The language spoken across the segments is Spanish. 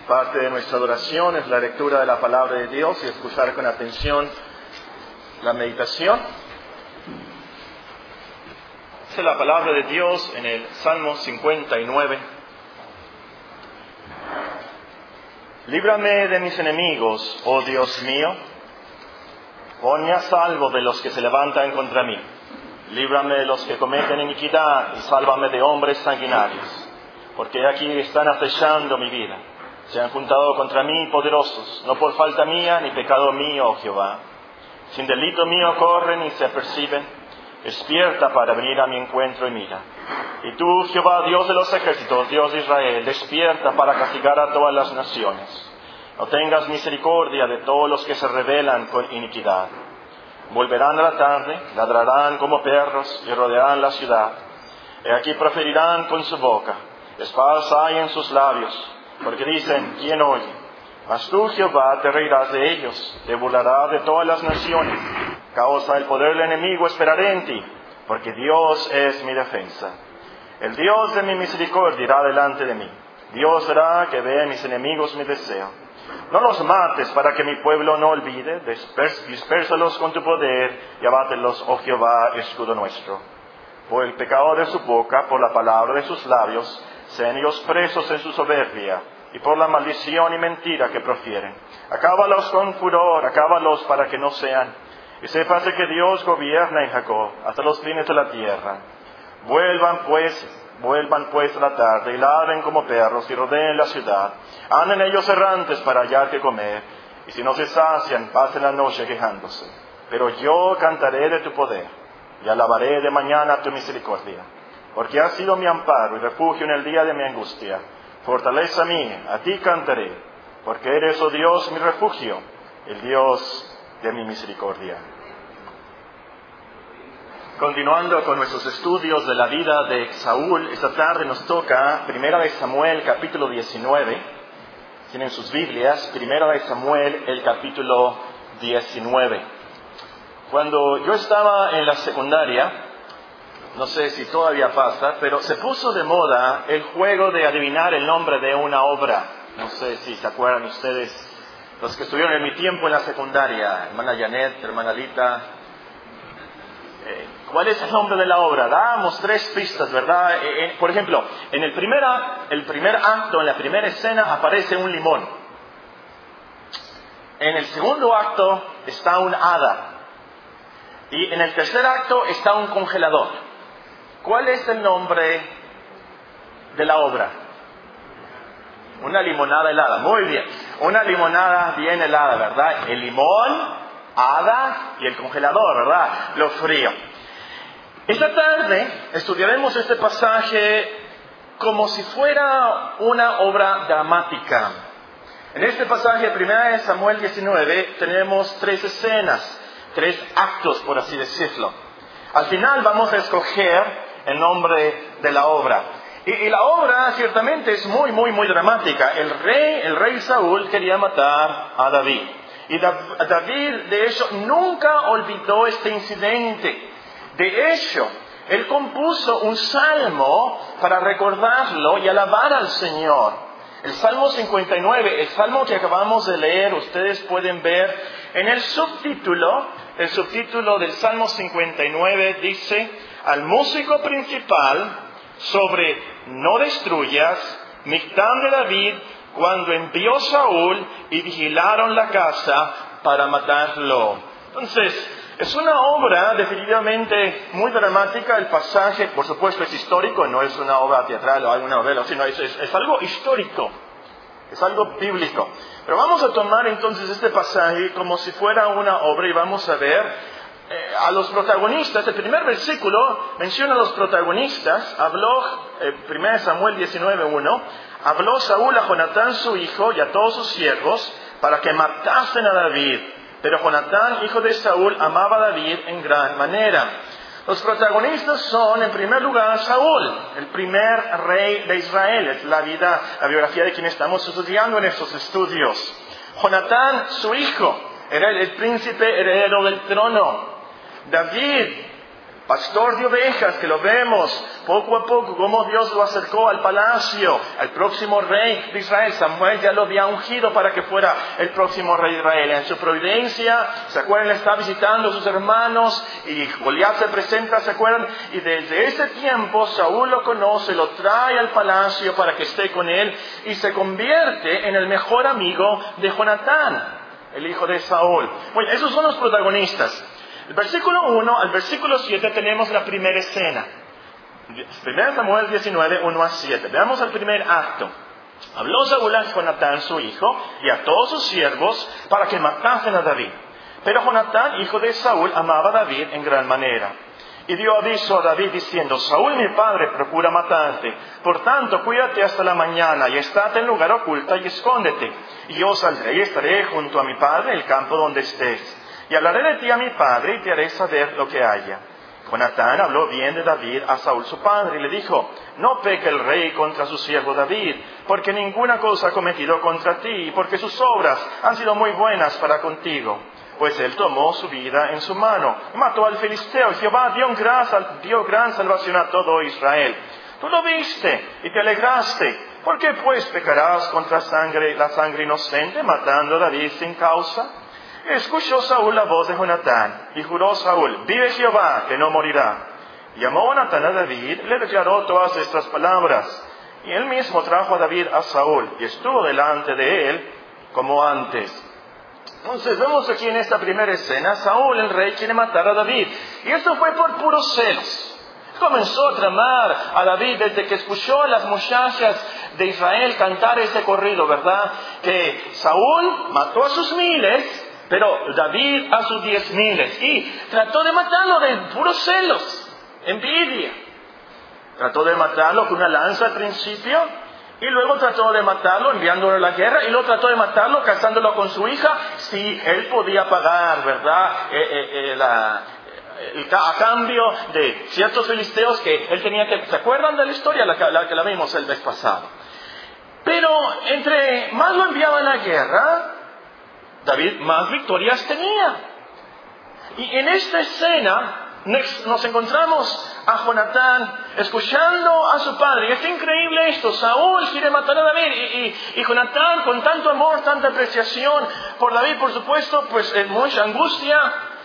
Parte de nuestra adoración es la lectura de la palabra de Dios y escuchar con atención la meditación. Dice la palabra de Dios en el Salmo 59. Líbrame de mis enemigos, oh Dios mío. Ponme a salvo de los que se levantan contra mí. Líbrame de los que cometen iniquidad y sálvame de hombres sanguinarios. Porque aquí están acechando mi vida. Se han juntado contra mí poderosos, no por falta mía ni pecado mío, oh Jehová. Sin delito mío corren y se aperciben. Despierta para venir a mi encuentro y mira. Y tú, Jehová, Dios de los ejércitos, Dios de Israel, despierta para castigar a todas las naciones. No tengas misericordia de todos los que se rebelan con iniquidad. Volverán a la tarde, ladrarán como perros y rodearán la ciudad. Y aquí proferirán con su boca, espadas hay en sus labios, porque dicen, ¿quién oye? Mas tú, Jehová, te reirás de ellos, te burlarás de todas las naciones. Causa el poder del enemigo esperaré en ti, porque Dios es mi defensa. El Dios de mi misericordia irá delante de mí. Dios hará que vean mis enemigos mi deseo. No los mates para que mi pueblo no olvide, dispérsalos con tu poder y abátelos, oh Jehová, escudo nuestro. Por el pecado de su boca, por la palabra de sus labios, sean ellos presos en su soberbia, y por la maldición y mentira que profieren. Acábalos con furor, acábalos para que no sean. Y sépase que Dios gobierna en Jacob, hasta los fines de la tierra. Vuelvan pues a la tarde, y ladren como perros, y rodeen la ciudad. Anden ellos errantes para hallar que comer, y si no se sacian, pasen la noche quejándose. Pero yo cantaré de tu poder, y alabaré de mañana tu misericordia. Porque has sido mi amparo y refugio en el día de mi angustia. Fortaleza mía, a ti cantaré, porque eres, oh Dios, mi refugio, el Dios de mi misericordia. Continuando con nuestros estudios de la vida de Saúl, esta tarde nos toca 1 de Samuel, capítulo 19. Tienen sus Biblias, 1 de Samuel, el capítulo 19. Cuando yo estaba en la secundaria, no sé si todavía pasa, pero se puso de moda el juego de adivinar el nombre de una obra. No sé si se acuerdan ustedes, los que estuvieron en mi tiempo en la secundaria, hermana Janet, hermana Lita. ¿Cuál es el nombre de la obra? Dábamos 3 pistas, ¿verdad? Por ejemplo, en el primer acto, en la primera escena, aparece un limón. En el segundo acto está un hada. Y en el tercer acto está un congelador. ¿Cuál es el nombre de la obra? Una limonada helada. Muy bien. Una limonada bien helada, ¿verdad? El limón, hada y el congelador, ¿verdad? Lo frío. Esta tarde estudiaremos este pasaje como si fuera una obra dramática. En este pasaje, 1 de Samuel 19, tenemos 3 escenas, 3 actos, por así decirlo. Al final vamos a escoger el nombre de la obra. Y la obra ciertamente es muy dramática. El rey Saúl quería matar a David. Y David, de hecho, nunca olvidó este incidente. De hecho, él compuso un salmo para recordarlo y alabar al Señor. El Salmo 59, el salmo que acabamos de leer, ustedes pueden ver en el subtítulo del Salmo 59 dice, al músico principal sobre no destruyas, Mictam de David, cuando envió Saúl y vigilaron la casa para matarlo. Entonces, es una obra definitivamente muy dramática. El pasaje, por supuesto, es histórico, no es una obra teatral o alguna novela, sino es algo histórico, es algo bíblico. Pero vamos a tomar entonces este pasaje como si fuera una obra y vamos a ver a los protagonistas. El primer versículo menciona a los protagonistas. Habló, 1 Samuel 19:1, habló Saúl a Jonatán su hijo y a todos sus siervos para que matasen a David. Pero Jonatán, hijo de Saúl, amaba a David en gran manera. Los protagonistas son, en primer lugar, Saúl, el primer rey de Israel. Es la biografía de quien estamos estudiando en estos estudios. Jonatán, su hijo, era el príncipe heredero del trono. David, pastor de ovejas, que lo vemos poco a poco cómo Dios lo acercó al palacio, al próximo rey de Israel. Samuel ya lo había ungido para que fuera el próximo rey de Israel. En su providencia, ¿se acuerdan? Él está visitando a sus hermanos y Goliat se presenta, ¿se acuerdan? Y desde ese tiempo Saúl lo conoce, lo trae al palacio para que esté con él y se convierte en el mejor amigo de Jonatán, el hijo de Saúl. Bueno, esos son los protagonistas. Del versículo 1 al versículo 7 tenemos la primera escena. 1 Samuel 19, 1 a 7. Veamos el primer acto. Habló Saúl a Jonatán, su hijo, y a todos sus siervos para que matasen a David. Pero Jonatán, hijo de Saúl, amaba a David en gran manera. Y dio aviso a David diciendo: Saúl mi padre procura matarte. Por tanto, cuídate hasta la mañana y estate en lugar oculto y escóndete. Y yo saldré y estaré junto a mi padre en el campo donde estés. Y hablaré de ti a mi padre y te haré saber lo que haya. Jonatán habló bien de David a Saúl su padre y le dijo: no peque el rey contra su siervo David, porque ninguna cosa ha cometido contra ti, y porque sus obras han sido muy buenas para contigo. Pues él tomó su vida en su mano, mató al filisteo, y Jehová dio gran salvación a todo Israel. Tú lo viste y te alegraste. ¿Por qué pues pecarás contra la sangre inocente, matando a David sin causa? Escuchó Saúl la voz de Jonatán, y juró Saúl: vive Jehová, que no morirá. Llamó Jonatán a David, y le declaró todas estas palabras. Y él mismo trajo a David a Saúl, y estuvo delante de él como antes. Entonces vemos aquí en esta primera escena, Saúl el rey quiere matar a David. Y esto fue por puros celos. Comenzó a tramar a David desde que escuchó a las muchachas de Israel cantar ese corrido, ¿verdad? Que Saúl mató a sus miles, pero David a sus 10,000. Y trató de matarlo de puros celos, envidia. Trató de matarlo con una lanza al principio, y luego trató de matarlo enviándolo a la guerra, y luego trató de matarlo casándolo con su hija, si él podía pagar, ¿verdad? A cambio de ciertos filisteos que él tenía que... ¿Se acuerdan de la historia? La que la vimos el mes pasado. Pero entre más lo enviaba a la guerra, David más victorias tenía. Y en esta escena nos encontramos a Jonatán escuchando a su padre. Y es increíble esto. Saúl quiere matar a David. Y Jonatán, con tanto amor, tanta apreciación por David, por supuesto, pues en mucha angustia.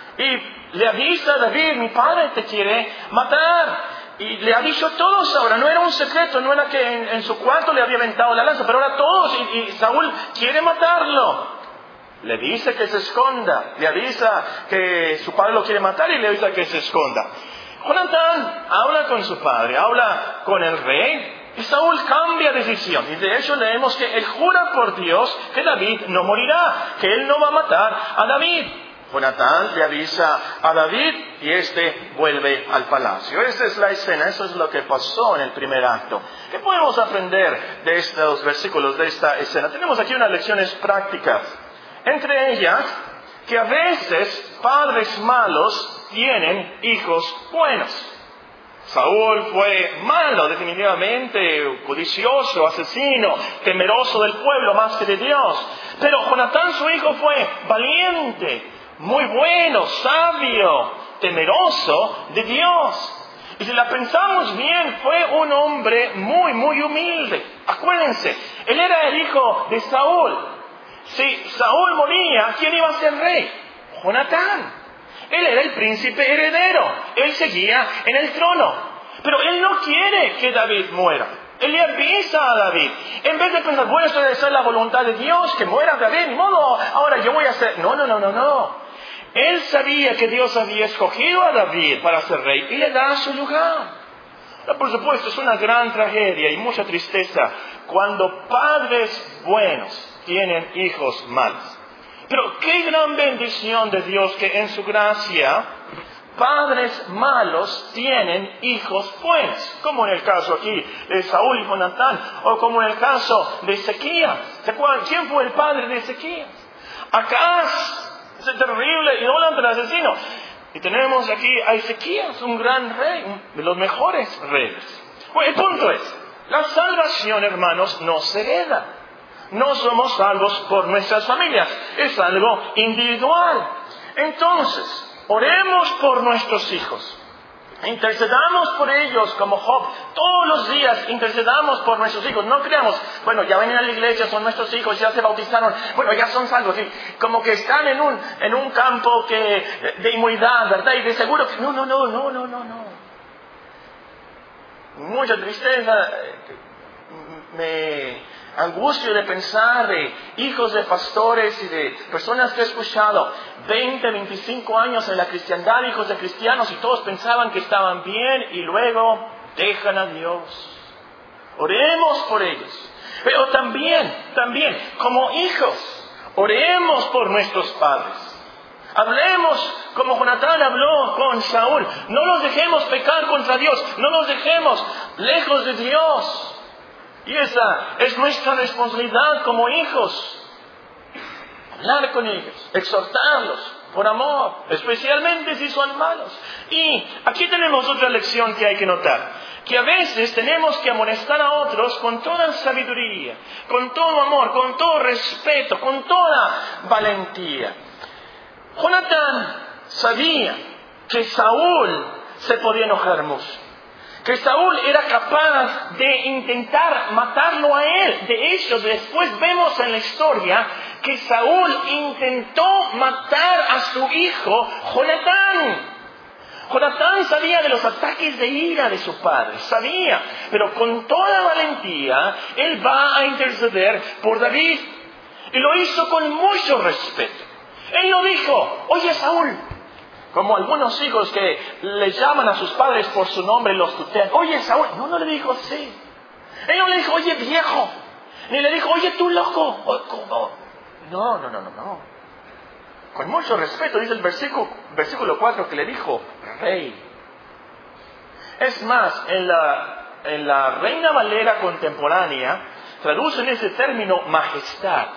Y le avisa a David: mi padre te quiere matar. Y le ha dicho a todos ahora. No era un secreto, no era que en su cuarto le había aventado la lanza, pero ahora todos. Y Saúl quiere matarlo. Le dice que se esconda, le avisa que su padre lo quiere matar y le avisa que se esconda. Jonatán habla con su padre, habla con el rey, y Saúl cambia de decisión. Y de hecho leemos que él jura por Dios que David no morirá, que él no va a matar a David. Jonatán le avisa a David y éste vuelve al palacio. Esa es la escena, eso es lo que pasó en el primer acto. ¿Qué podemos aprender de estos versículos, de esta escena? Tenemos aquí unas lecciones prácticas. Entre ellas, que a veces padres malos tienen hijos buenos. Saúl fue malo, definitivamente, codicioso, asesino, temeroso del pueblo más que de Dios. Pero Jonatán, su hijo, fue valiente, muy bueno, sabio, temeroso de Dios. Y si la pensamos bien, fue un hombre muy, muy humilde. Acuérdense, él era el hijo de Saúl. Si Saúl moría, ¿quién iba a ser rey? Jonatán. Él era el príncipe heredero. Él seguía en el trono. Pero él no quiere que David muera. Él le avisa a David. En vez de pensar, bueno, esto debe ser la voluntad de Dios, que muera David, ni modo, ahora yo voy a hacer... No. Él sabía que Dios había escogido a David para ser rey y le da su lugar. Por supuesto, es una gran tragedia y mucha tristeza cuando padres buenos tienen hijos malos. Pero qué gran bendición de Dios que en su gracia padres malos tienen hijos buenos. Como en el caso aquí de Saúl y Jonatán, o como en el caso de Ezequías. ¿Se acuerdan quién fue el padre de Ezequías? Acaz, ese terrible idólatra asesino. Y tenemos aquí a Ezequías, un gran rey, de los mejores reyes. Bueno, el punto es, la salvación, hermanos, no se hereda. No somos salvos por nuestras familias. Es algo individual. Entonces, oremos por nuestros hijos. Intercedamos por ellos como Job. Todos los días intercedamos por nuestros hijos. No creamos, bueno, ya vienen a la iglesia, son nuestros hijos, ya se bautizaron, bueno, ya son salvos. ¿Sí? Como que están en un campo de inmunidad, ¿verdad? Y de seguro que no. Mucha tristeza. Me angustio de pensar de hijos de pastores y de personas que he escuchado 20, 25 años en la cristiandad, hijos de cristianos, y todos pensaban que estaban bien y luego dejan a Dios. Oremos por ellos. Pero también, como hijos, oremos por nuestros padres. Hablemos como Jonatán habló con Saúl. No los dejemos pecar contra Dios. No los dejemos lejos de Dios. Y esa es nuestra responsabilidad como hijos. Hablar con ellos, exhortarlos por amor, especialmente si son malos. Y aquí tenemos otra lección que hay que notar. Que a veces tenemos que amonestar a otros con toda sabiduría, con todo amor, con todo respeto, con toda valentía. Jonatán sabía que Saúl se podía enojar mucho. Que Saúl era capaz de intentar matarlo a él. De hecho, después vemos en la historia que Saúl intentó matar a su hijo Jonatán. Jonatán sabía de los ataques de ira de su padre, sabía, pero con toda valentía él va a interceder por David. Y lo hizo con mucho respeto. Él no dijo, oye Saúl, como algunos hijos que le llaman a sus padres por su nombre y los tutean. Oye, Saúl. No le dijo así. Él no le dijo, oye, viejo. Ni le dijo, oye, tú loco. No. Con mucho respeto, dice el versículo 4, que le dijo, rey. Es más, en la Reina Valera contemporánea, traducen ese término majestad.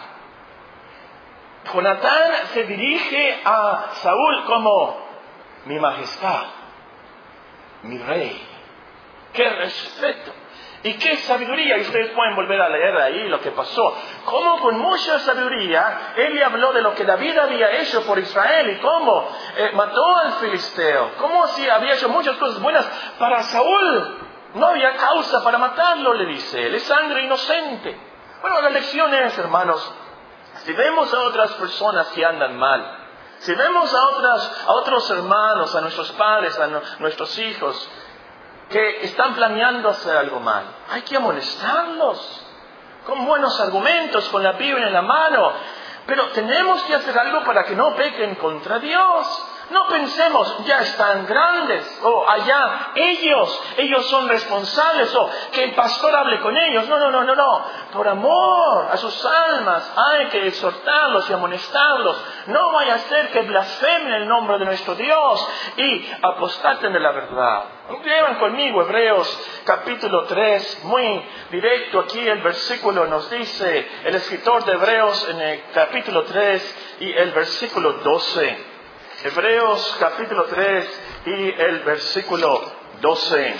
Jonatán se dirige a Saúl como mi majestad, mi rey. ¡Qué respeto! Y qué sabiduría. Y ustedes pueden volver a leer ahí lo que pasó. Cómo con mucha sabiduría él le habló de lo que David había hecho por Israel y cómo mató al filisteo. Cómo sí había hecho muchas cosas buenas para Saúl. No había causa para matarlo, le dice él. Es sangre inocente. Bueno, la lección es, hermanos, si vemos a otras personas que andan mal, si vemos a otros hermanos, a nuestros padres, a nuestros hijos, que están planeando hacer algo mal, hay que amonestarlos con buenos argumentos, con la Biblia en la mano. Pero tenemos que hacer algo para que no pequen contra Dios. No pensemos, ya están grandes, o allá ellos son responsables, o que el pastor hable con ellos. No. Por amor a sus almas hay que exhortarlos y amonestarlos. No vaya a ser que blasfemen el nombre de nuestro Dios y apostaten de la verdad. Llevan conmigo Hebreos capítulo 3, muy directo aquí el versículo nos dice, el escritor de Hebreos en el capítulo 3 y el versículo 12. Hebreos capítulo 3 y el versículo 12.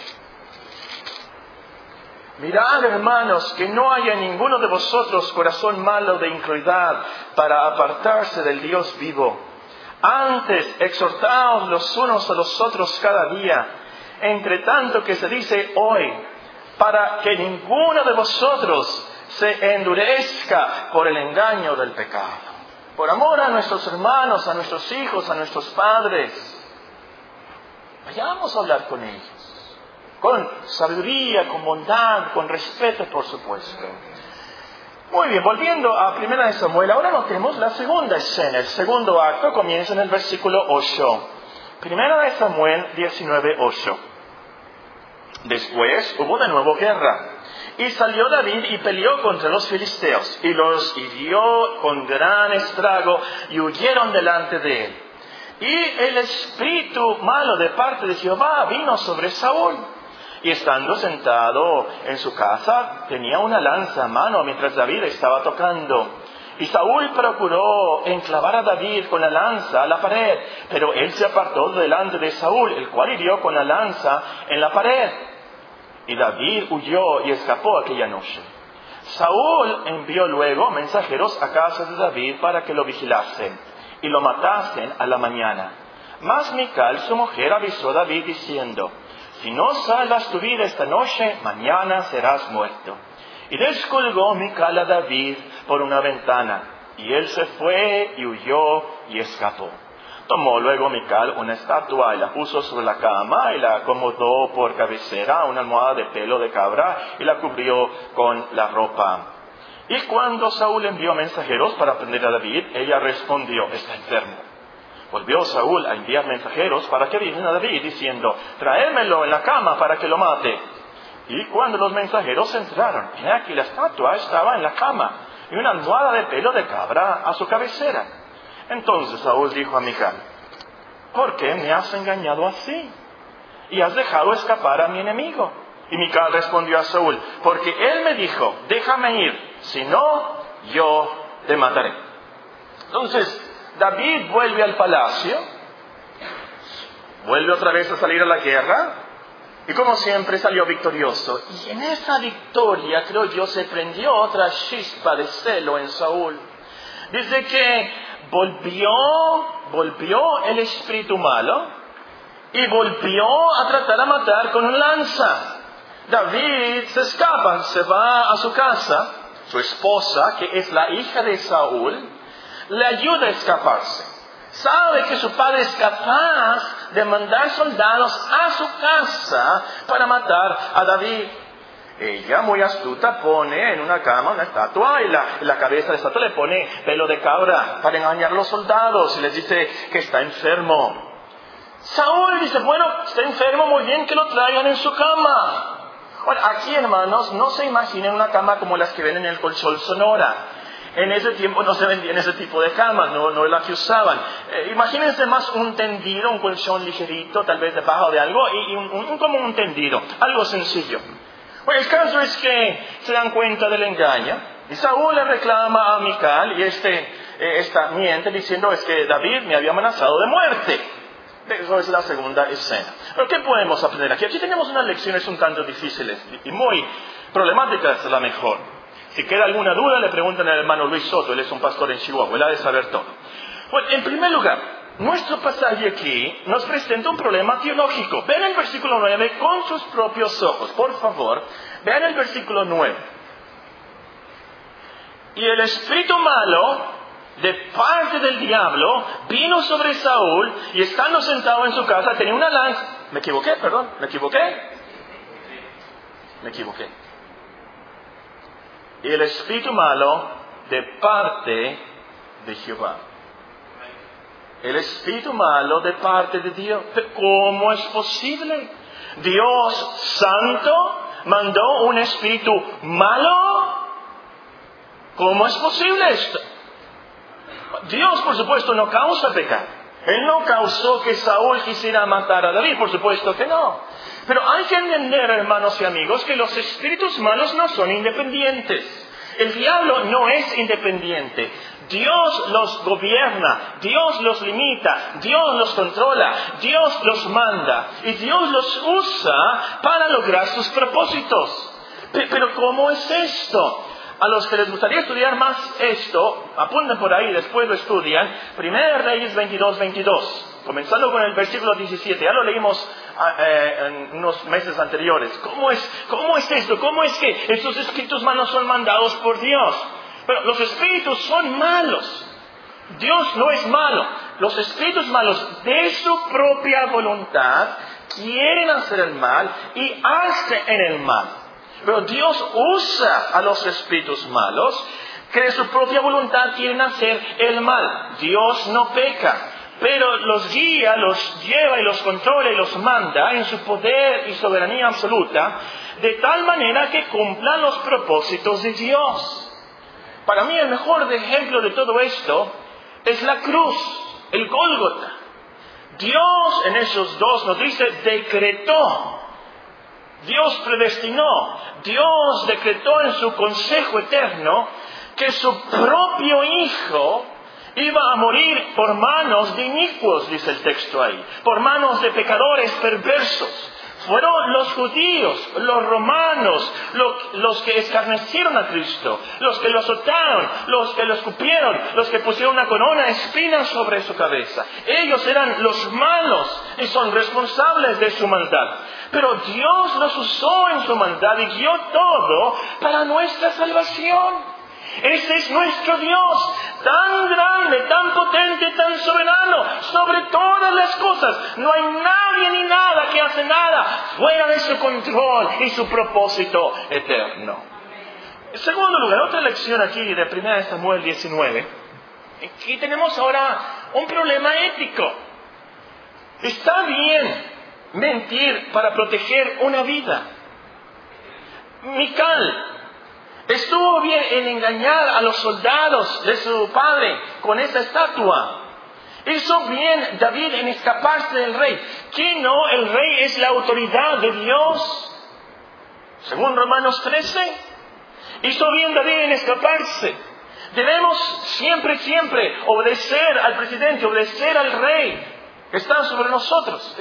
Mirad, hermanos, que no haya en ninguno de vosotros corazón malo de incredulidad para apartarse del Dios vivo. Antes, exhortaos los unos a los otros cada día, entre tanto que se dice hoy, para que ninguno de vosotros se endurezca por el engaño del pecado. Por amor a nuestros hermanos, a nuestros hijos, a nuestros padres, vayamos a hablar con ellos. Con sabiduría, con bondad, con respeto, por supuesto. Muy bien, volviendo a 1 Samuel, ahora notemos la segunda escena. El segundo acto comienza en el versículo 8. 1 Samuel 19:8. Después hubo de nuevo guerra. Y salió David y peleó contra los filisteos, y los hirió con gran estrago, y huyeron delante de él. Y el espíritu malo de parte de Jehová vino sobre Saúl. Y estando sentado en su casa, tenía una lanza a mano mientras David estaba tocando. Y Saúl procuró enclavar a David con la lanza a la pared, pero él se apartó delante de Saúl, el cual hirió con la lanza en la pared. Y David huyó y escapó aquella noche. Saúl envió luego mensajeros a casa de David para que lo vigilasen y lo matasen a la mañana. Mas Mical, su mujer, avisó a David diciendo: si no salvas tu vida esta noche, mañana serás muerto. Y descolgó Mical a David por una ventana, y él se fue y huyó y escapó. Tomó luego Mical una estatua y la puso sobre la cama y la acomodó por cabecera a una almohada de pelo de cabra y la cubrió con la ropa. Y cuando Saúl envió mensajeros para prender a David, ella respondió: está enfermo. Volvió Saúl a enviar mensajeros para que viniesen a David, diciendo: traédmelo en la cama para que lo mate. Y cuando los mensajeros entraron, he aquí la estatua estaba en la cama, y una almohada de pelo de cabra a su cabecera. Entonces Saúl dijo a Mical: ¿por qué me has engañado así? Y has dejado escapar a mi enemigo. Y Mical respondió a Saúl: porque él me dijo: déjame ir, si no, yo te mataré. Entonces David vuelve al palacio, vuelve otra vez a salir a la guerra, y como siempre salió victorioso. Y en esa victoria, creo yo, se prendió otra chispa de celo en Saúl. Desde que volvió el espíritu malo y volvió a tratar a matar con un lanza. David se escapa, se va a su casa. Su esposa, que es la hija de Saúl, le ayuda a escaparse. Sabe que su padre es capaz de mandar soldados a su casa para matar a David. Ella, muy astuta, pone en una cama una estatua y la cabeza de la estatua le pone pelo de cabra para engañar a los soldados y les dice que está enfermo. Saúl dice: bueno, está enfermo, muy bien, que lo traigan en su cama. Bueno, aquí, hermanos, no se imaginen una cama como las que ven en el Colchón Sonora. En ese tiempo no se vendían ese tipo de camas, no es la que usaban. Imagínense más un tendido, un colchón ligerito, tal vez debajo de algo, y como un tendido, algo sencillo. Bueno, el caso es que se dan cuenta del engaño, y Saúl le reclama a Mical, y esta miente diciendo: es que David me había amenazado de muerte. Eso es la segunda escena. Pero ¿qué podemos aprender aquí? Aquí tenemos unas lecciones un tanto difíciles y muy problemáticas a lo mejor. Si queda alguna duda, le preguntan al hermano Luis Soto, él es un pastor en Chihuahua, él ha de saber todo. Bueno, en primer lugar, nuestro pasaje aquí nos presenta un problema teológico. Vean el versículo 9 con sus propios ojos, por favor. Vean el versículo 9. Y el espíritu malo de parte del diablo vino sobre Saúl, y estando sentado en su casa tenía una lanza. ¿Me equivoqué? Y el espíritu malo de parte de Jehová. El espíritu malo de parte de Dios. ¿Cómo es posible? Dios santo mandó un espíritu malo. ¿Cómo es posible esto? Dios, por supuesto, no causa pecado. Él no causó que Saúl quisiera matar a David, por supuesto que no. Pero hay que entender, hermanos y amigos, que los espíritus malos no son independientes. El diablo no es independiente. Dios los gobierna, Dios los limita, Dios los controla, Dios los manda y Dios los usa para lograr sus propósitos. Pero ¿cómo es esto? A los que les gustaría estudiar más esto, apunten por ahí, después lo estudian. 1 Reyes 22, comenzando con el versículo 17. Ya lo leímos en unos meses anteriores. ¿Cómo es esto? ¿Cómo es que estos espíritus malos son mandados por Dios? Pero los espíritus son malos. Dios no es malo. Los espíritus malos, de su propia voluntad, quieren hacer el mal y hacen el mal. Pero Dios usa a los espíritus malos que de su propia voluntad quieren hacer el mal. Dios no peca, pero los guía, los lleva y los controla y los manda en su poder y soberanía absoluta, de tal manera que cumplan los propósitos de Dios. Para mí el mejor ejemplo de todo esto es la cruz, el Gólgota. Dios en esos dos nos dice, decretó. Dios predestinó, Dios decretó en su consejo eterno que su propio Hijo iba a morir por manos de inicuos, dice el texto ahí, por manos de pecadores perversos. Fueron los judíos, los romanos, los que escarnecieron a Cristo, los que lo azotaron, los que lo escupieron, los que pusieron una corona de espinas sobre su cabeza. Ellos eran los malos y son responsables de su maldad. Pero Dios los usó en su maldad y guió todo para nuestra salvación. Ese es nuestro Dios, tan grande, tan potente, tan soberano, sobre todas las cosas. No hay nadie ni nada que hace nada fuera de su control y su propósito eterno. En segundo lugar, otra lección aquí de 1 Samuel 19. Aquí tenemos ahora un problema ético. Está bien mentir para proteger una vida. Mical estuvo bien en engañar a los soldados de su padre con esa estatua. Hizo bien David en escaparse del rey. ¿Quién no? El rey es la autoridad de Dios. Según Romanos 13. Hizo bien David en escaparse. Debemos siempre obedecer al presidente, obedecer al rey que está sobre nosotros.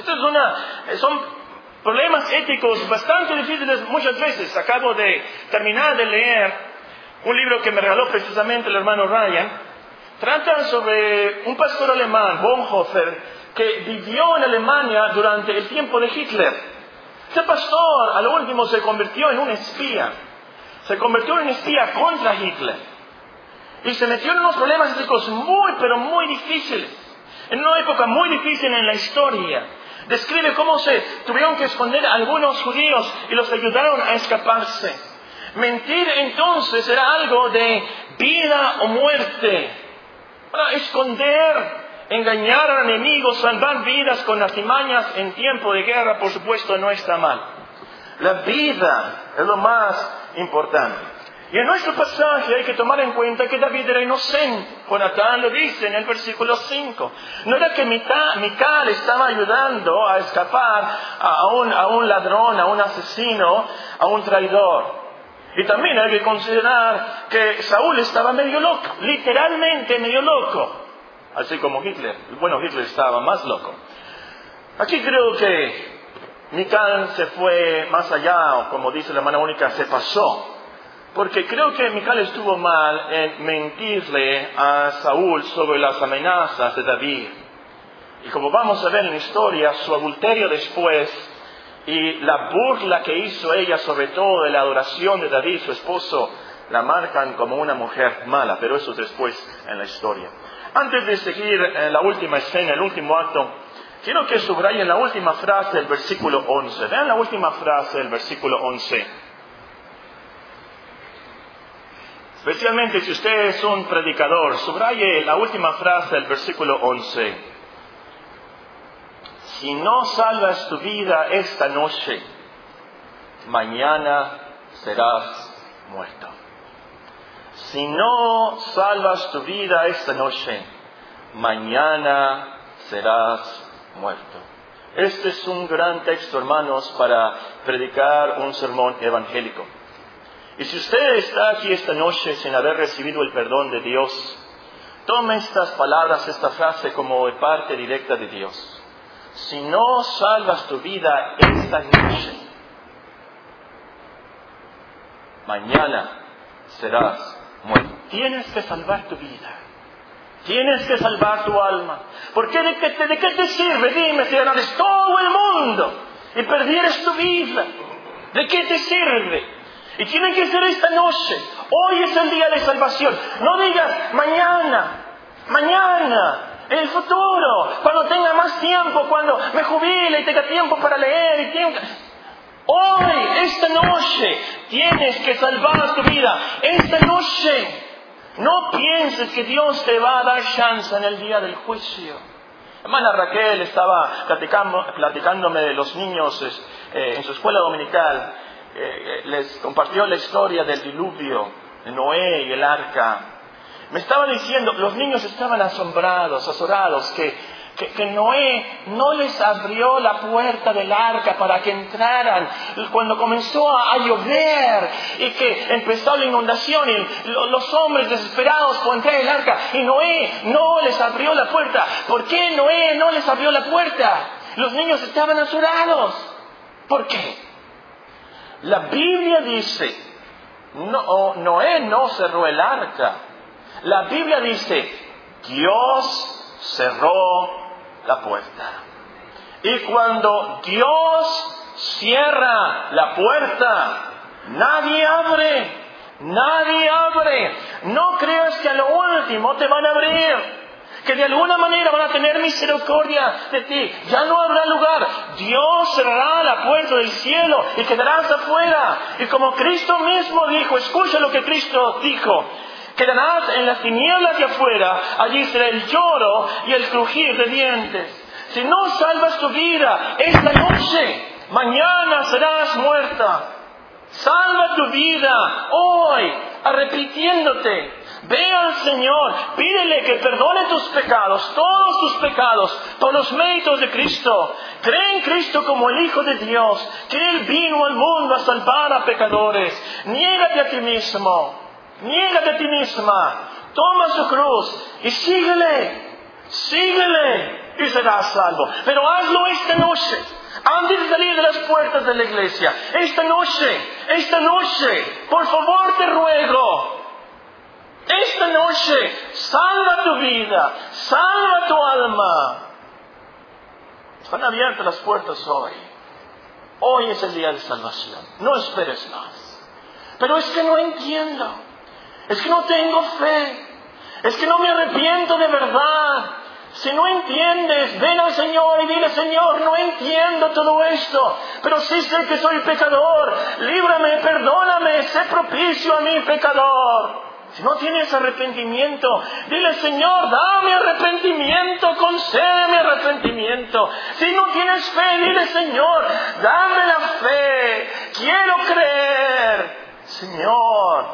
Son problemas éticos bastante difíciles muchas veces. Acabo de terminar de leer un libro que me regaló precisamente el hermano Ryan. Trata sobre un pastor alemán, Bonhoeffer, que vivió en Alemania durante el tiempo de Hitler. Este pastor a lo último se convirtió en un espía. Se convirtió en un espía contra Hitler. Y se metió en unos problemas éticos pero muy difíciles. En una época muy difícil en la historia. Describe cómo se tuvieron que esconder a algunos judíos y los ayudaron a escaparse. Mentir entonces era algo de vida o muerte. Para esconder, engañar a enemigos, salvar vidas con artimañas en tiempo de guerra, por supuesto, no está mal. La vida es lo más importante. Y en nuestro pasaje hay que tomar en cuenta que David era inocente. Jonatán lo dice en el versículo 5. No era que Mical estaba ayudando a escapar a un ladrón, a un asesino, a un traidor. Y también hay que considerar que Saúl estaba medio loco, literalmente medio loco. Así como Hitler. Bueno, Hitler estaba más loco. Aquí creo que Mical se fue más allá, o como dice la hermana Mónica, se pasó. Porque creo que Mical estuvo mal en mentirle a Saúl sobre las amenazas de David. Y como vamos a ver en la historia, su adulterio después y la burla que hizo ella sobre todo de la adoración de David, su esposo, la marcan como una mujer mala, pero eso es después en la historia. Antes de seguir en la última escena, el último acto, quiero que subrayen la última frase del versículo 11. Vean la última frase del versículo 11. Especialmente si usted es un predicador, subraye la última frase del versículo 11. Si no salvas tu vida esta noche, mañana serás muerto. Si no salvas tu vida esta noche, mañana serás muerto. Este es un gran texto, hermanos, para predicar un sermón evangélico. Y si usted está aquí esta noche sin haber recibido el perdón de Dios, tome estas palabras, esta frase como de parte directa de Dios. Si no salvas tu vida esta noche, mañana serás muerto. Tienes que salvar tu vida. Tienes que salvar tu alma. Porque ¿de qué te sirve? Dime, si ganares todo el mundo y perdieras tu vida. ¿De qué te sirve? Y tiene que ser esta noche. Hoy es el día de salvación. No digas mañana, en el futuro, cuando tenga más tiempo, cuando me jubile y tenga tiempo para leer. Hoy, esta noche, tienes que salvar tu vida. Esta noche. No pienses que Dios te va a dar chance en el día del juicio. Hermana Raquel estaba platicándome de los niños en su escuela dominical. Les compartió la historia del diluvio, de Noé y el arca. Me estaba diciendo, los niños estaban azorados, que Noé no les abrió la puerta del arca para que entraran cuando comenzó a llover y que empezó la inundación y los hombres desesperados por entrar en el arca, y Noé no les abrió la puerta. ¿Por qué Noé no les abrió la puerta? Los niños estaban azorados. ¿Por qué? La Biblia dice, Noé no cerró el arca. La Biblia dice, Dios cerró la puerta. Y cuando Dios cierra la puerta, nadie abre. Nadie abre. No creas que a lo último te van a abrir, que de alguna manera van a tener misericordia de ti. Ya no habrá lugar. Dios cerrará la puerta del cielo y quedarás afuera. Y como Cristo mismo dijo, escucha lo que Cristo dijo, quedarás en las tinieblas de afuera, allí será el lloro y el crujir de dientes. Si no salvas tu vida esta noche, mañana serás muerta. Salva tu vida hoy, arrepintiéndote. Ve al Señor, pídele que perdone tus pecados, todos tus pecados, por los méritos de Cristo. Cree en Cristo como el Hijo de Dios, que Él vino al mundo a salvar a pecadores. Niégate a ti mismo, niégate a ti misma, toma su cruz y síguele y serás salvo. Pero hazlo esta noche, antes de salir de las puertas de la iglesia. Esta noche, por favor te ruego, esta noche, salva tu vida, salva tu alma. Están abiertas las puertas hoy. Hoy es el día de salvación. No esperes más. Pero es que no entiendo. Es que no tengo fe. Es que no me arrepiento de verdad. Si no entiendes, ven al Señor y dile, Señor, no entiendo todo esto, pero sí sé que soy pecador. Líbrame, perdóname, sé propicio a mi pecador. Si no tienes arrepentimiento, dile, Señor, dame arrepentimiento, concédeme arrepentimiento. Si no tienes fe, dile, Señor, dame la fe, quiero creer. Señor,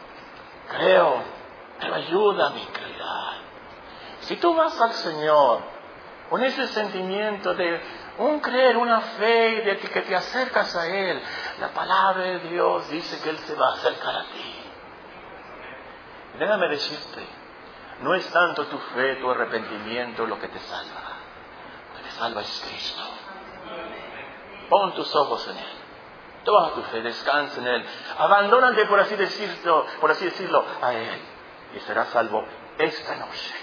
creo, pero ayuda a mi incredulidad. Si tú vas al Señor con ese sentimiento de un creer, una fe, de que te acercas a Él, la palabra de Dios dice que Él se va a acercar a ti. Déjame decirte, no es tanto tu fe, tu arrepentimiento lo que te salva. Lo que te salva es Cristo. Pon tus ojos en Él. Toda tu fe, descansa en Él. Abandónate, por así decirlo, a Él. Y serás salvo esta noche.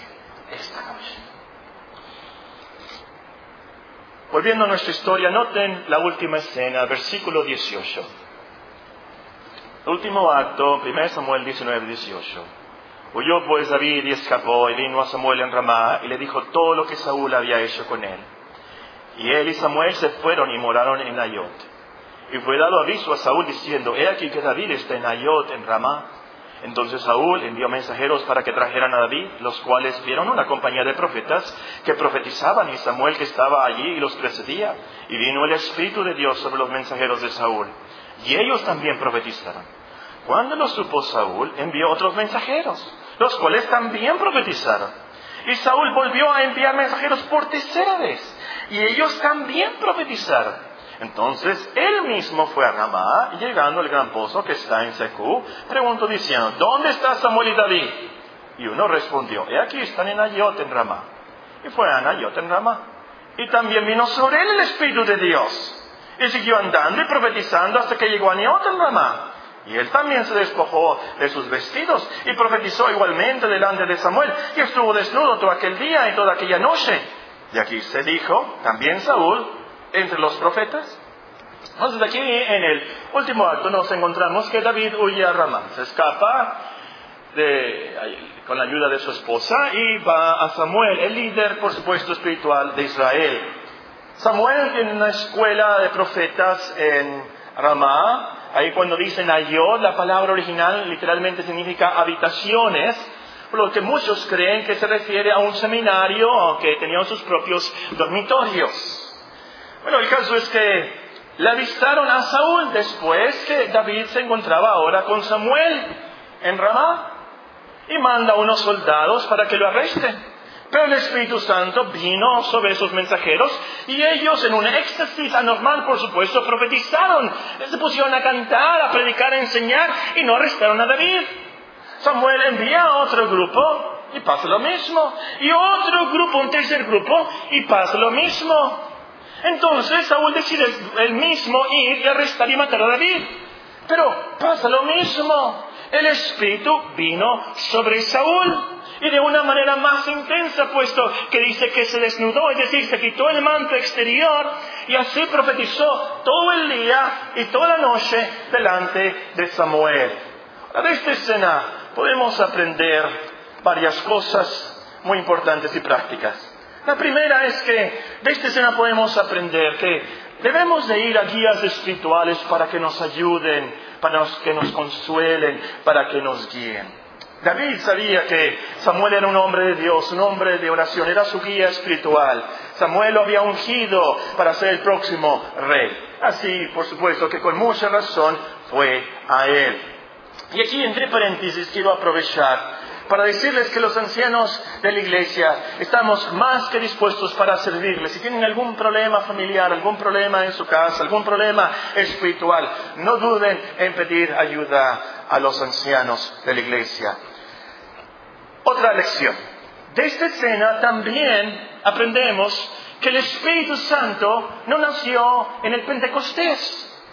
Volviendo a nuestra historia, noten la última escena, versículo 18. El último acto, 1 Samuel 19, 18. Huyó pues David y escapó, y vino a Samuel en Ramá, y le dijo todo lo que Saúl había hecho con él. Y él y Samuel se fueron y moraron en Nayot. Y fue dado aviso a Saúl diciendo, he aquí que David está en Nayot, en Ramá. Entonces Saúl envió mensajeros para que trajeran a David, los cuales vieron una compañía de profetas que profetizaban, y Samuel que estaba allí y los precedía. Y vino el Espíritu de Dios sobre los mensajeros de Saúl, y ellos también profetizaron. Cuando lo supo Saúl, envió otros mensajeros, los cuales también profetizaron. Y Saúl volvió a enviar mensajeros por tercera vez, y ellos también profetizaron. Entonces él mismo fue a Ramá, y llegando al gran pozo que está en Secú, preguntó diciendo, ¿dónde está Samuel y David? Y uno respondió, he aquí están en Nayot en Ramá. Y fue a Nayot en Ramá. Y también vino sobre él el Espíritu de Dios. Y siguió andando y profetizando hasta que llegó a Nayot en Ramá. Y él también se despojó de sus vestidos y profetizó igualmente delante de Samuel. Y estuvo desnudo todo aquel día y toda aquella noche. Y aquí se dijo, también Saúl, entre los profetas. Entonces aquí en el último acto nos encontramos que David huye a Ramá, se escapa con la ayuda de su esposa y va a Samuel, el líder por supuesto espiritual de Israel. Samuel tiene una escuela de profetas en Ramá. Ahí cuando dice Nayot, la palabra original literalmente significa habitaciones, por lo que muchos creen que se refiere a un seminario que tenían sus propios dormitorios. Bueno, el caso es que le avistaron a Saúl después que David se encontraba ahora con Samuel en Ramá y manda a unos soldados para que lo arresten. Pero el Espíritu Santo vino sobre esos mensajeros y ellos en un éxtasis anormal, por supuesto, profetizaron. Se pusieron a cantar, a predicar, a enseñar y no arrestaron a David. Samuel envía a otro grupo y pasa lo mismo. Y otro grupo, un tercer grupo, y pasa lo mismo. Entonces Saúl decide él mismo ir y arrestar y matar a David. Pero pasa lo mismo. El Espíritu vino sobre Saúl. Y de una manera más intensa, puesto que dice que se desnudó, es decir, se quitó el manto exterior y así profetizó todo el día y toda la noche delante de Samuel. Ahora, de esta escena podemos aprender varias cosas muy importantes y prácticas. La primera es que de esta escena podemos aprender que debemos de ir a guías espirituales para que nos ayuden, para que nos consuelen, para que nos guíen. David sabía que Samuel era un hombre de Dios, un hombre de oración, era su guía espiritual. Samuel lo había ungido para ser el próximo rey. Así, por supuesto, que con mucha razón fue a él. Y aquí, entre paréntesis, quiero aprovechar para decirles que los ancianos de la iglesia estamos más que dispuestos para servirles. Si tienen algún problema familiar, algún problema en su casa, algún problema espiritual, no duden en pedir ayuda a los ancianos de la iglesia. Otra lección. De esta escena también aprendemos que el Espíritu Santo no nació en el Pentecostés.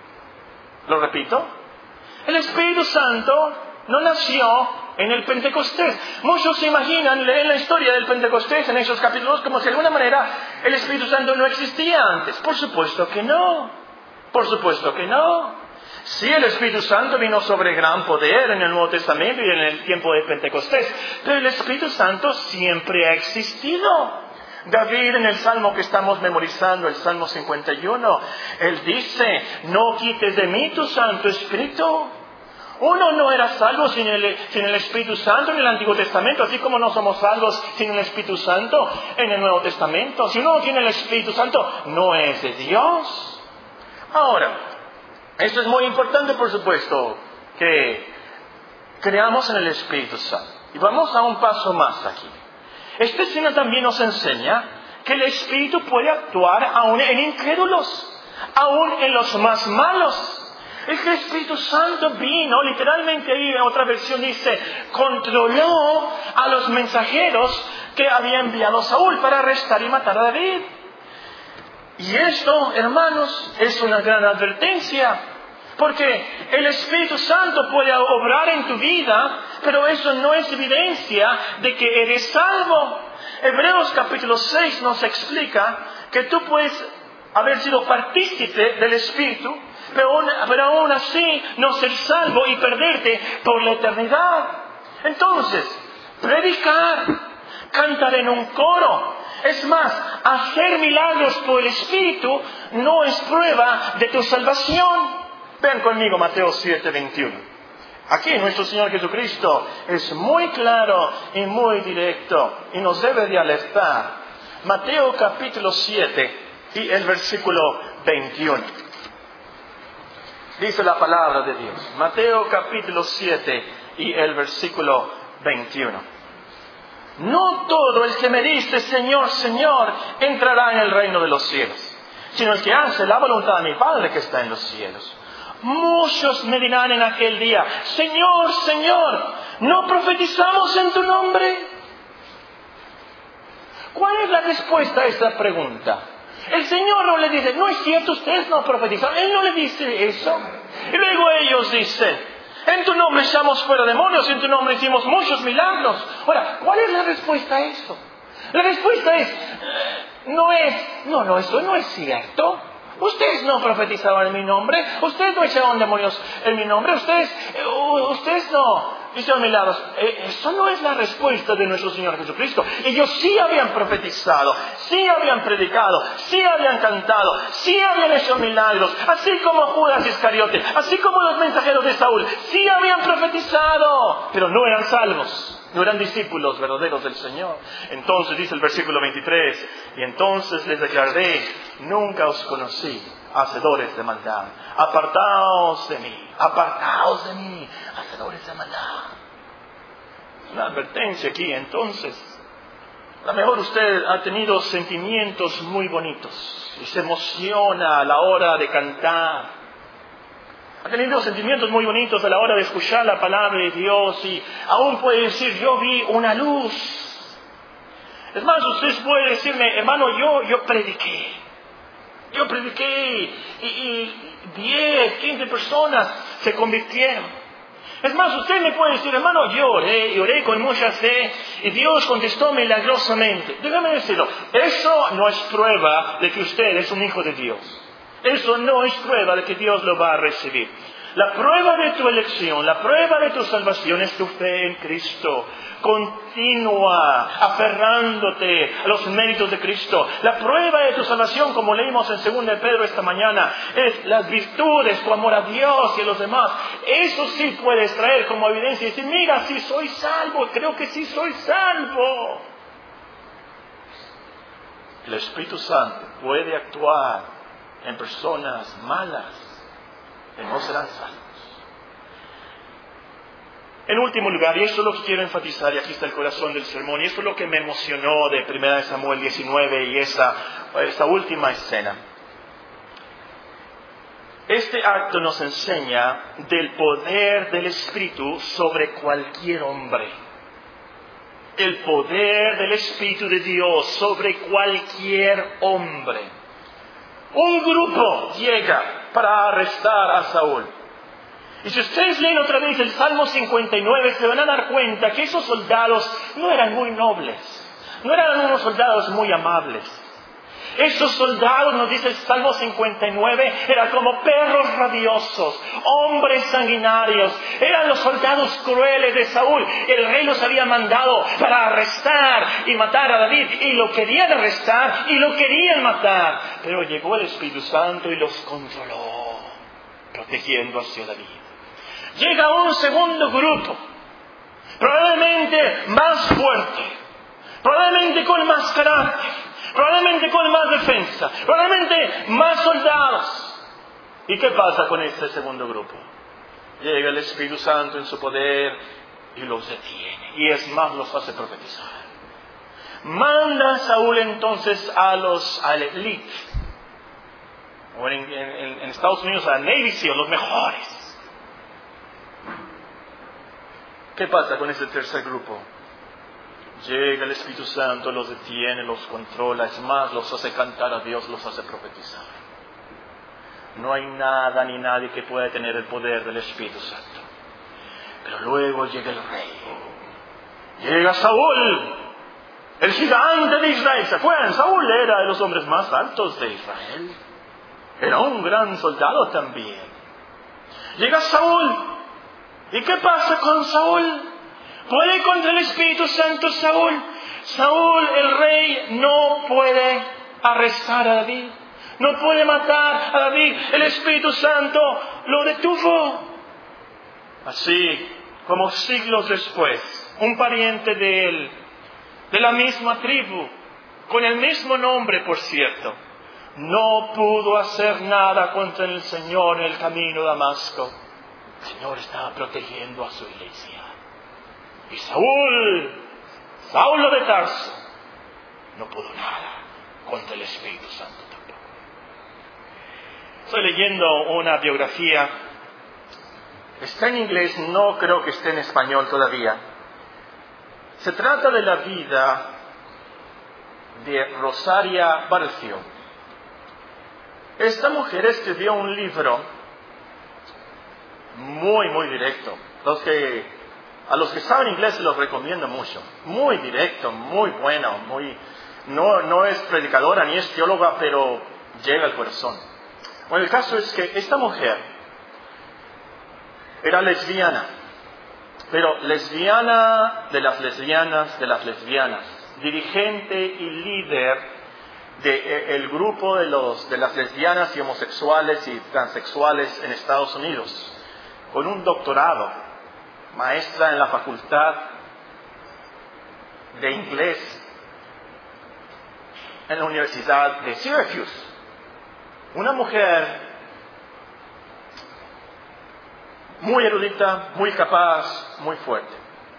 Lo repito. El Espíritu Santo no nació en el Pentecostés. Muchos se imaginan, leen la historia del Pentecostés en esos capítulos como si de alguna manera el Espíritu Santo no existía antes. Por supuesto que no. Por supuesto que no. Sí, el Espíritu Santo vino sobre gran poder en el Nuevo Testamento y en el tiempo de Pentecostés, pero el Espíritu Santo siempre ha existido. David, en el Salmo que estamos memorizando, el Salmo 51, él dice: no quites de mí tu Santo Espíritu. Uno no era salvo sin el Espíritu Santo en el Antiguo Testamento, así como no somos salvos sin el Espíritu Santo en el Nuevo Testamento. Si uno no tiene el Espíritu Santo, no es de Dios. Ahora, esto es muy importante, por supuesto, que creamos en el Espíritu Santo. Y vamos a un paso más aquí. Esta escena también nos enseña que el Espíritu puede actuar aún en incrédulos, aún en los más malos. Es que el Espíritu Santo vino, literalmente ahí en otra versión dice, controló a los mensajeros que había enviado Saúl para arrestar y matar a David. Y esto, hermanos, es una gran advertencia, porque el Espíritu Santo puede obrar en tu vida, pero eso no es evidencia de que eres salvo. Hebreos capítulo 6 nos explica que tú puedes haber sido partícipe del Espíritu, pero aún así no ser salvo y perderte por la eternidad. Entonces, predicar, cantar en un coro, es más, hacer milagros por el Espíritu no es prueba de tu salvación. Vean conmigo Mateo 7:21. Aquí nuestro Señor Jesucristo es muy claro y muy directo y nos debe de alertar. Mateo capítulo 7 y el versículo 21. Dice la palabra de Dios. Mateo capítulo 7 y el versículo 21. No todo el que me dice Señor, Señor, entrará en el reino de los cielos, sino el que hace la voluntad de mi Padre que está en los cielos. Muchos me dirán en aquel día: Señor, Señor, ¿no profetizamos en tu nombre? ¿Cuál es la respuesta a esta pregunta? El Señor no le dice: no es cierto, ustedes no profetizaron. Él no le dice eso. Y luego ellos dicen: en tu nombre echamos fuera demonios, en tu nombre hicimos muchos milagros. Ahora, ¿cuál es la respuesta a eso? La respuesta es: eso no es cierto. Ustedes no profetizaban en mi nombre, ustedes no echaron demonios en mi nombre, ustedes no hicieron milagros. Eso no es la respuesta de nuestro Señor Jesucristo. Ellos sí habían profetizado, sí habían predicado, sí habían cantado, sí habían hecho milagros, así como Judas Iscariote, así como los mensajeros de Saúl, sí habían profetizado, pero no eran salvos. No eran discípulos verdaderos del Señor. Entonces dice el versículo 23, y entonces les declaré: nunca os conocí, hacedores de maldad. Apartaos de mí, hacedores de maldad. Una advertencia aquí. Entonces, a lo mejor usted ha tenido sentimientos muy bonitos y se emociona a la hora de cantar. Ha tenido sentimientos muy bonitos a la hora de escuchar la palabra de Dios y aún puede decir: yo vi una luz. Es más, usted puede decirme: hermano, yo prediqué. Yo prediqué y 10, 15 personas se convirtieron. Es más, usted me puede decir, hermano, yo oré con mucha fe y Dios contestó milagrosamente. Déjame decirlo, eso no es prueba de que usted es un hijo de Dios. Eso no es prueba de que Dios lo va a recibir. La prueba de tu elección, la prueba de tu salvación es tu fe en Cristo. Continúa aferrándote a los méritos de Cristo. La prueba de tu salvación, como leímos en 2 de Pedro esta mañana, es las virtudes, tu amor a Dios y a los demás. Eso sí puedes traer como evidencia y decir, mira, sí soy salvo, creo que sí soy salvo. El Espíritu Santo puede actuar en personas malas que no serán salvos. En último lugar, y esto es lo que quiero enfatizar, y aquí está el corazón del sermón, y esto es lo que me emocionó de 1 Samuel 19 y esta última escena. Este acto nos enseña del poder del Espíritu sobre cualquier hombre. El poder del Espíritu de Dios sobre cualquier hombre. Un grupo llega para arrestar a Saúl. Y si ustedes leen otra vez el Salmo 59, se van a dar cuenta que esos soldados no eran muy nobles. No eran unos soldados muy amables. Esos soldados, nos dice el Salmo 59, eran como perros rabiosos, hombres sanguinarios. Eran los soldados crueles de Saúl. El rey los había mandado para arrestar y matar a David. Y lo querían arrestar y lo querían matar. Pero llegó el Espíritu Santo y los controló, protegiendo hacia David. Llega un segundo grupo, probablemente más fuerte, probablemente con más carácter, probablemente con más defensa, probablemente más soldados. ¿Y qué pasa con este segundo grupo? Llega el Espíritu Santo en su poder y los detiene. Y es más, los hace profetizar. Manda a Saúl entonces al elite, o en Estados Unidos a la Navy SEAL, los mejores. ¿Qué pasa con ese tercer grupo? Llega el Espíritu Santo, los detiene, los controla, es más, los hace cantar a Dios, los hace profetizar. No hay nada ni nadie que pueda tener el poder del Espíritu Santo. Pero luego llega el rey. Llega Saúl, el gigante de Israel. ¿Se acuerdan? Saúl era de los hombres más altos de Israel. Era un gran soldado también. Llega Saúl. ¿Y qué pasa con Saúl? ¿Puede contra el Espíritu Santo Saúl? Saúl, el rey, no puede arrestar a David. No puede matar a David. El Espíritu Santo lo detuvo. Así como siglos después, un pariente de él, de la misma tribu, con el mismo nombre, por cierto, no pudo hacer nada contra el Señor en el camino de Damasco. El Señor estaba protegiendo a su iglesia. Y Saulo de Tarso, no pudo nada contra el Espíritu Santo tampoco. Estoy leyendo una biografía. Está en inglés, no creo que esté en español todavía. Se trata de la vida de Rosaria Butterfield. Esta mujer escribió un libro muy directo. A los que saben inglés se los recomiendo mucho. Muy directo, muy bueno, no es predicadora ni es teóloga, pero llega al corazón. Bueno, el caso es que esta mujer era lesbiana, pero lesbiana de las lesbianas, dirigente y líder del grupo de las lesbianas y homosexuales y transexuales en Estados Unidos, con un doctorado, maestra en la facultad de inglés en la Universidad de Syracuse. Una mujer muy erudita, muy capaz, muy fuerte.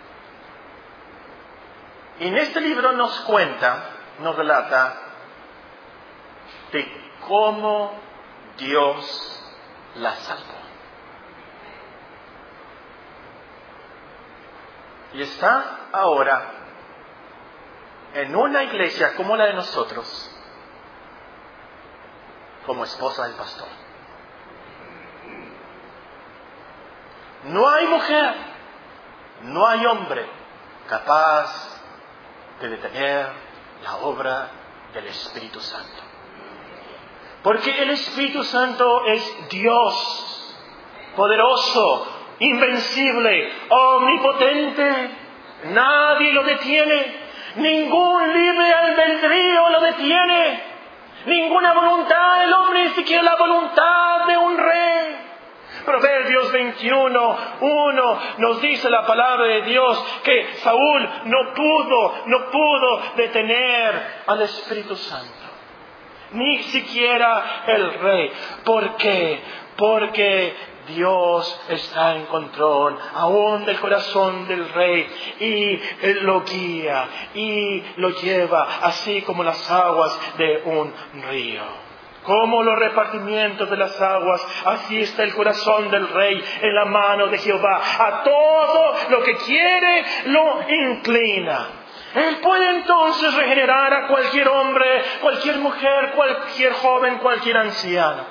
Y en este libro nos relata de cómo Dios la salvó. Y está ahora en una iglesia como la de nosotros, como esposa del pastor. No hay mujer, no hay hombre capaz de detener la obra del Espíritu Santo. Porque el Espíritu Santo es Dios, poderoso, invencible, omnipotente. Nadie lo detiene. Ningún libre albedrío lo detiene. Ninguna voluntad del hombre, ni siquiera la voluntad de un rey. Proverbios 21:1 nos dice la palabra de Dios que Saúl no pudo detener al Espíritu Santo. Ni siquiera el rey. ¿Por qué? Porque Dios está en control aún del corazón del rey y Él lo guía y lo lleva así como las aguas de un río. Como los repartimientos de las aguas, así está el corazón del rey en la mano de Jehová. A todo lo que quiere lo inclina. Él puede entonces regenerar a cualquier hombre, cualquier mujer, cualquier joven, cualquier anciano.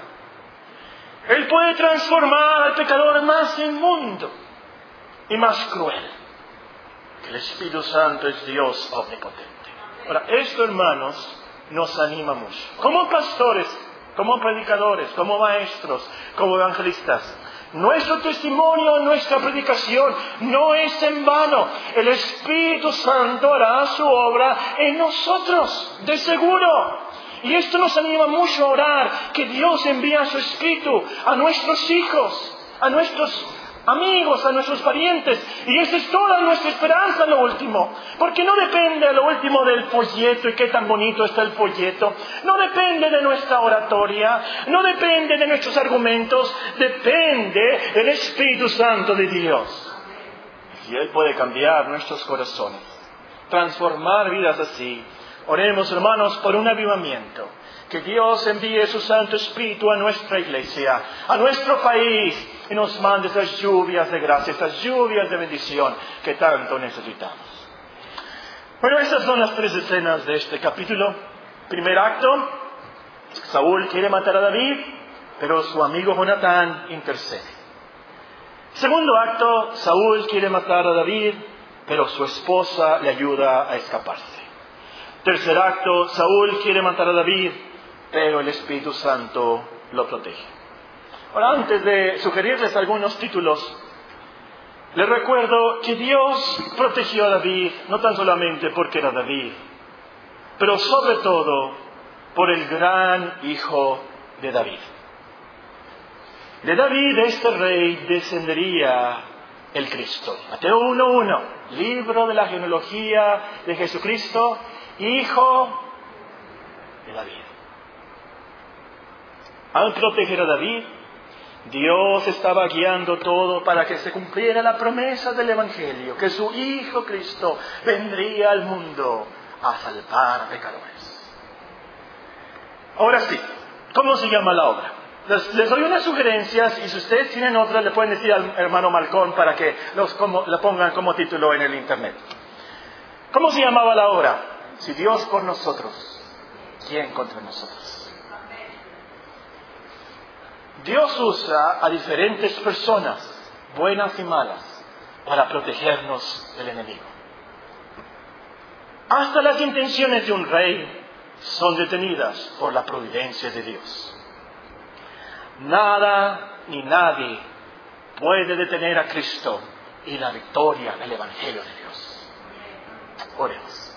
Él puede transformar al pecador más inmundo y más cruel. El Espíritu Santo es Dios omnipotente. Ahora, esto, hermanos, nos anima mucho. Como pastores, como predicadores, como maestros, como evangelistas. Nuestro testimonio, nuestra predicación no es en vano. El Espíritu Santo hará su obra en nosotros, de seguro. Y esto nos anima mucho a orar, que Dios envíe su Espíritu a nuestros hijos, a nuestros amigos, a nuestros parientes. Y esa es toda nuestra esperanza, lo último. Porque no depende a lo último del folleto y qué tan bonito está el folleto. No depende de nuestra oratoria. No depende de nuestros argumentos. Depende del Espíritu Santo de Dios. Y Él puede cambiar nuestros corazones, transformar vidas así. Oremos, hermanos, por un avivamiento. Que Dios envíe su Santo Espíritu a nuestra iglesia, a nuestro país, y nos mande esas lluvias de gracia, esas lluvias de bendición que tanto necesitamos. Bueno, estas son las tres escenas de este capítulo. Primer acto, Saúl quiere matar a David, pero su amigo Jonatán intercede. Segundo acto, Saúl quiere matar a David, pero su esposa le ayuda a escaparse. Tercer acto, Saúl quiere matar a David, pero el Espíritu Santo lo protege. Ahora, antes de sugerirles algunos títulos, les recuerdo que Dios protegió a David, no tan solamente porque era David, pero sobre todo por el gran hijo de David. De David, este rey, descendería el Cristo. Mateo 1:1, libro de la genealogía de Jesucristo, hijo de David. Al proteger a David, Dios estaba guiando todo para que se cumpliera la promesa del Evangelio, que su Hijo Cristo vendría al mundo a salvar a pecadores. Ahora sí, ¿cómo se llama la obra? Les doy unas sugerencias y si ustedes tienen otras le pueden decir al hermano Malcón para que la pongan como título en el internet. ¿Cómo se llamaba la obra? Si Dios por nosotros, ¿quién contra nosotros? Dios usa a diferentes personas, buenas y malas, para protegernos del enemigo. Hasta las intenciones de un rey son detenidas por la providencia de Dios. Nada ni nadie puede detener a Cristo y la victoria del Evangelio de Dios. Oremos.